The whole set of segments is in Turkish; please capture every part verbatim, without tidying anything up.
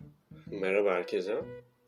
Merhaba herkese.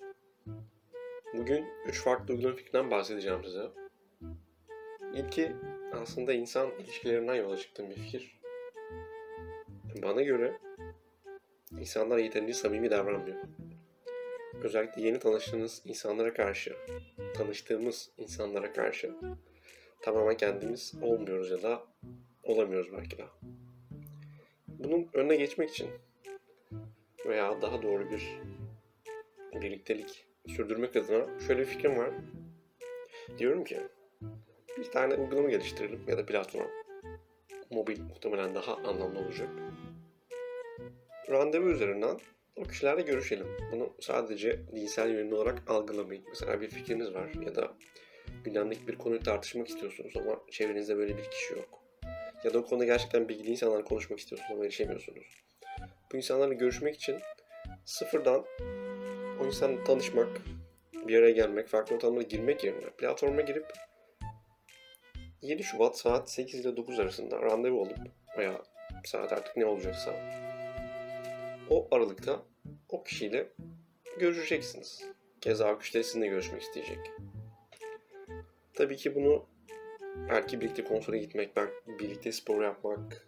Bugün üç farklı uygulama fikrinden bahsedeceğim size. İlki aslında insan ilişkilerinden yola çıktığım bir fikir. Bana göre insanlar yeterince samimi davranmıyor. Özellikle yeni tanıştığınız insanlara karşı, tanıştığımız insanlara karşı tamamen kendimiz olmuyoruz ya da olamıyoruz belki de. Bunun önüne geçmek için veya daha doğru bir birliktelik sürdürmek adına şöyle bir fikrim var. Diyorum ki bir tane uygulama geliştirelim ya da platform. Mobil muhtemelen daha anlamlı olacak. Randevu üzerinden o kişilerle görüşelim. Bunu sadece dinsel yönlü olarak algılamayın. Mesela bir fikriniz var ya da gündemdeki bir konuyu tartışmak istiyorsunuz ama çevrenizde böyle bir kişi yok. Ya da o konuda gerçekten bilgili insanlarla konuşmak istiyorsunuz ama erişemiyorsunuz. Bu insanlarla görüşmek için sıfırdan o insanla tanışmak, bir araya gelmek, farklı ortamlara girmek yerine platforma girip yedi Şubat saat sekiz ile dokuz arasında randevu alıp veya saat artık ne olacaksa o aralıkta o kişiyle görüşeceksiniz. Keza o kişi de sizinle görüşmek isteyecek. Tabii ki bunu belki birlikte konsere gitmek, belki birlikte spor yapmak,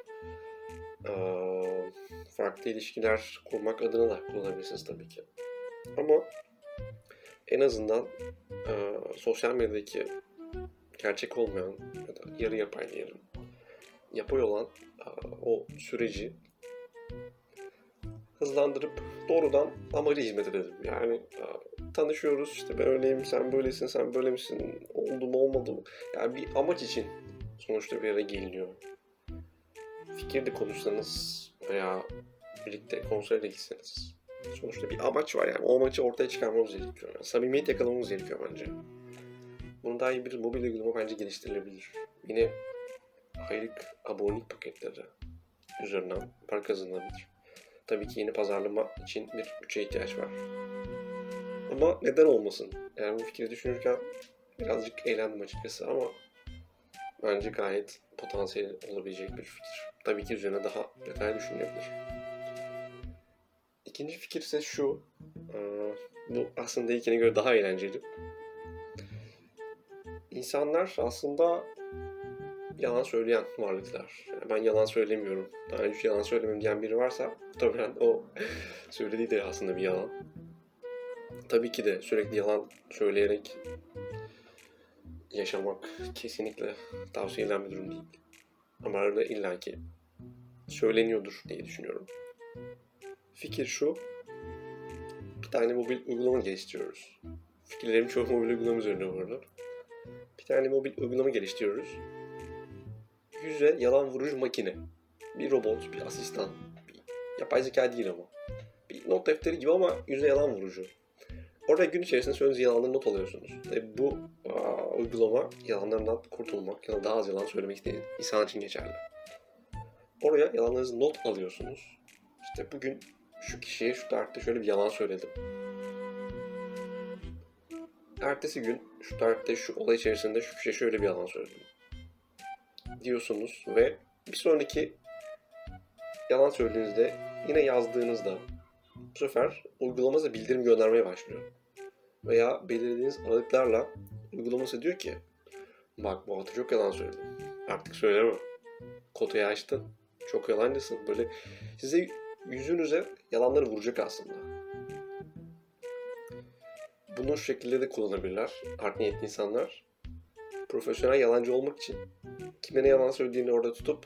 farklı ilişkiler kurmak adına da kullanabilirsiniz tabii ki. Ama en azından sosyal medyadaki gerçek olmayan ya da yarı yapay diyelim, yapay olan o süreci hızlandırıp doğrudan amaca hizmet edelim. Yani tanışıyoruz, işte ben öyleyim, sen böylesin, sen böyle misin, oldu mu olmadı mı? Yani bir amaç için sonuçta bir yere geliniyor. Fikir de konuşsanız veya birlikte konsere de gitseniz sonuçta bir amaç var yani. O amacı ortaya çıkarmamız gerekiyor. Yani samimiyet yakalamamız gerekiyor bence. Bunun daha iyi bir mobil uygulama bence geliştirilebilir. Yine aylık abonelik paketleri üzerinden para kazanılabilir. Tabii ki yeni pazarlama için bir bütçeye ihtiyaç var. Ama neden olmasın? Yani bu fikri düşünürken birazcık eğlendim açıkçası ama bence gayet potansiyel olabilecek bir fikir. Tabii ki üzerine daha detaylı düşünülebilir. İkinci fikir ise şu. Bu aslında ilkine göre daha eğlenceli. İnsanlar aslında yalan söyleyen varlıklar. Yani ben yalan söylemiyorum, daha önce yalan söylemem diyen biri varsa muhtemelen o söylediği de aslında bir yalan. Tabii ki de sürekli yalan söyleyerek yaşamak kesinlikle tavsiye edilen bir durum değil. Ama arada illaki söyleniyordur diye düşünüyorum. Fikir şu, bir tane mobil uygulama geliştiriyoruz. Fikirlerim çoğu mobil uygulama üzerine bu arada. Bir tane mobil uygulama geliştiriyoruz. Yüze yalan vurucu makine. Bir robot, bir asistan, bir yapay zeka değil ama. Bir not defteri gibi ama yüze yalan vurucu. Orada gün içerisinde söylediğiniz yalanları not alıyorsunuz. Ve bu aa, uygulama yalanlarından kurtulmak ya da daha az yalan söylemek isteyen insan için geçerli. Oraya yalanlarınızı not alıyorsunuz. İşte bugün şu kişiye şu tarihte şöyle bir yalan söyledim. Ertesi gün şu tarihte şu olay içerisinde şu kişiye şöyle bir yalan söyledim diyorsunuz ve bir sonraki yalan söylediğinizde yine yazdığınızda bu sefer uygulaması bildirim göndermeye başlıyor. Veya belirlediğiniz aralıklarla uygulaması diyor ki bak bu hafta çok yalan söyledin. Artık söyleme. Kotayı açtın. Çok yalancısın. Böyle size yüzünüze yalanları vuracak aslında. Bunu şu şekilde de kullanabilirler. Art niyetli insanlar. Profesyonel yalancı olmak için kime ne yalan söylediğini orada tutup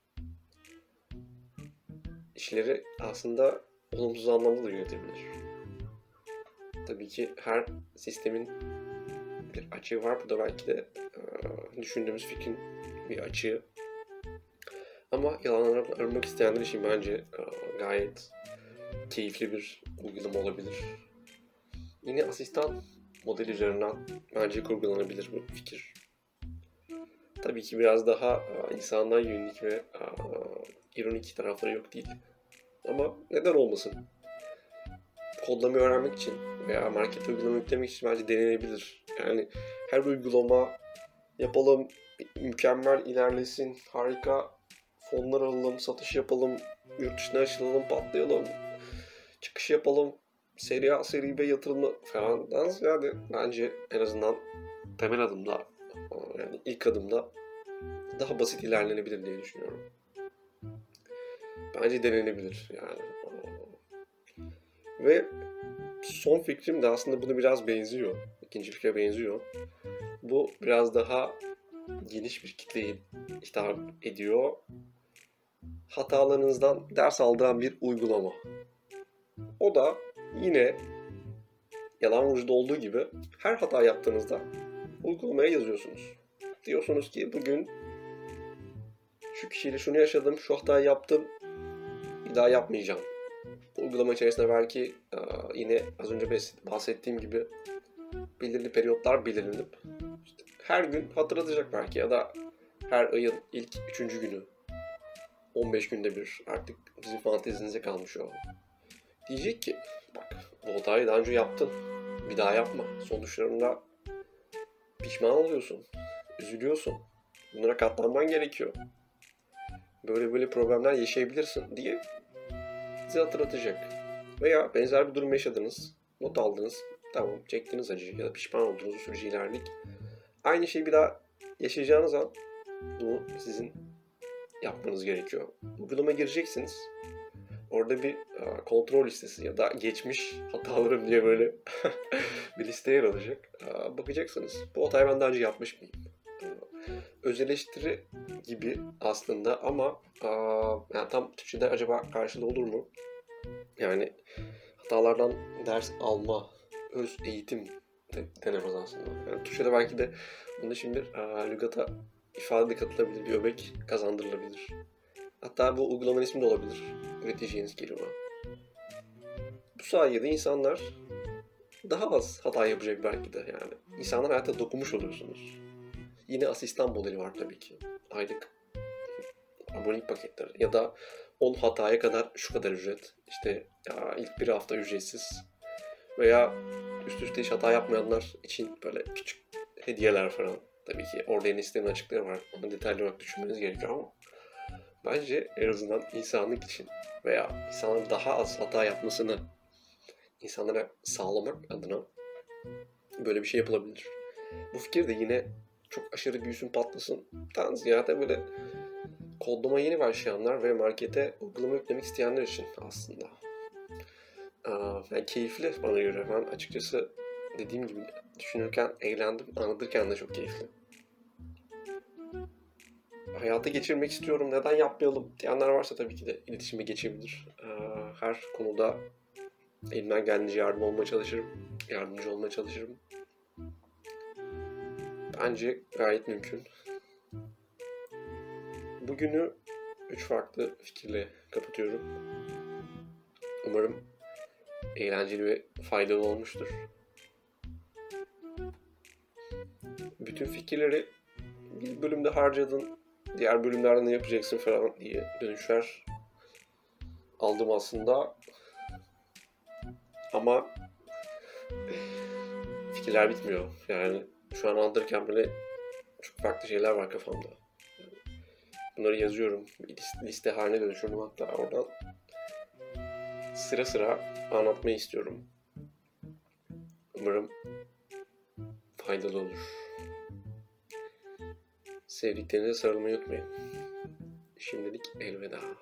işleri aslında olumsuz anlamda da yönetebilir. Tabii ki her sistemin bir açığı var. Bu da belki de e, düşündüğümüz fikrin bir açığı. Ama yalanlardan arınmak isteyenler için bence e, gayet keyifli bir uygulama olabilir. Yine asistan modeli üzerinden bence kurgulanabilir bu fikir. Tabii ki biraz daha e, insandan yönelik ve e, ironik tarafları yok değil. Ama neden olmasın? Kodlamayı öğrenmek için veya market uygulama yüklemek için bence denenebilir. Yani her uygulama yapalım, mükemmel ilerlesin, harika fonlar alalım, satış yapalım, yurt dışına açılalım, patlayalım, çıkış yapalım, seri A, seri B yatırımı falandan ziyade bence en azından temel adımda, yani ilk adımda daha basit ilerlenebilir diye düşünüyorum. Bence denenebilir yani. Ve son fikrim de aslında buna biraz benziyor. İkinci fikre benziyor. Bu biraz daha geniş bir kitleyi hitap ediyor. Hatalarınızdan ders aldıran bir uygulama. O da yine Yalan Vurucu'da olduğu gibi her hata yaptığınızda uygulamaya yazıyorsunuz. Diyorsunuz ki bugün şu kişiyle şunu yaşadım, şu hatayı yaptım, bir daha yapmayacağım. Bu uygulama içerisinde belki yine az önce bahsettiğim gibi belirli periyotlar belirlenip işte her gün hatırlatacak belki ya da her ayın ilk üçüncü günü, on beş günde bir, artık sizin fantezinize kalmış o. Diyecek ki bak bu hatayı daha önce yaptın, bir daha yapma. Sonuçlarında pişman oluyorsun, üzülüyorsun. Bunlara katlanman gerekiyor. Böyle böyle problemler yaşayabilirsin diye size hatırlatacak. Veya benzer bir durum yaşadınız, not aldınız, tamam çektiğiniz acıyı ya da pişman olduğunuz o süreci ilerledik. Aynı şeyi bir daha yaşayacağınız an bunu sizin yapmanız gerekiyor. Uygulamaya gireceksiniz. Orada bir a, kontrol listesi ya da geçmiş hatalarım diye böyle bir liste yer alacak. A, bakacaksınız. Bu hatayı ben daha önce yapmış mıyım? A, öz eleştiri gibi aslında ama a, yani tam Türkçe'de acaba karşılığı olur mu? Yani hatalardan ders alma, öz eğitim de denemez aslında. Yani Türkçe'de belki de bunda şimdi a, lügata ifade de katılabilir, bir öbek kazandırılabilir. Hatta bu uygulamanın ismi de olabilir. Üreteceğiniz kelime. Bu sayede insanlar daha az hata yapacak belki de yani. İnsanlar hayata dokunmuş oluyorsunuz. Yine asistan modeli var tabii ki. Aylık abonelik paketleri ya da on hataya kadar şu kadar ücret. İşte ya ilk bir hafta ücretsiz. Veya üst üste hiç hata yapmayanlar için böyle küçük hediyeler falan. Tabii ki orada yine sitenin açıkları var. Onu detaylı olarak düşünmeniz gerekiyor ama bence en azından insanlık için veya insanların daha az hata yapmasını insanlara sağlamak adına böyle bir şey yapılabilir. Bu fikir de yine çok aşırı büyüsün patlasın. Tan ziyade böyle kodlama yeni başlayanlar ve markete uygulama yüklemek isteyenler için aslında. Aa, yani keyifli bana göre. Ben açıkçası dediğim gibi düşünürken eğlendim, anlatırken de çok keyifli. Hayata geçirmek istiyorum, neden yapmayalım diyenler varsa tabii ki de iletişime geçebilir. Her konuda elimden geldiğince yardım olmaya çalışırım, yardımcı olmaya çalışırım. Bence gayet mümkün. Bugünü üç farklı fikirle kapatıyorum. Umarım eğlenceli ve faydalı olmuştur. Bütün fikirleri bir bölümde harcadın, diğer bölümlerde ne yapacaksın falan diye dönüşler aldım aslında. Ama fikirler bitmiyor. Yani şu an anlatırken bile çok farklı şeyler var kafamda. Bunları yazıyorum. Liste haline dönüşürdüm hatta oradan. Sıra sıra anlatmayı istiyorum. Umarım faydalı olur. Sevdiklerinize sarılmayı unutmayın. Şimdilik elveda.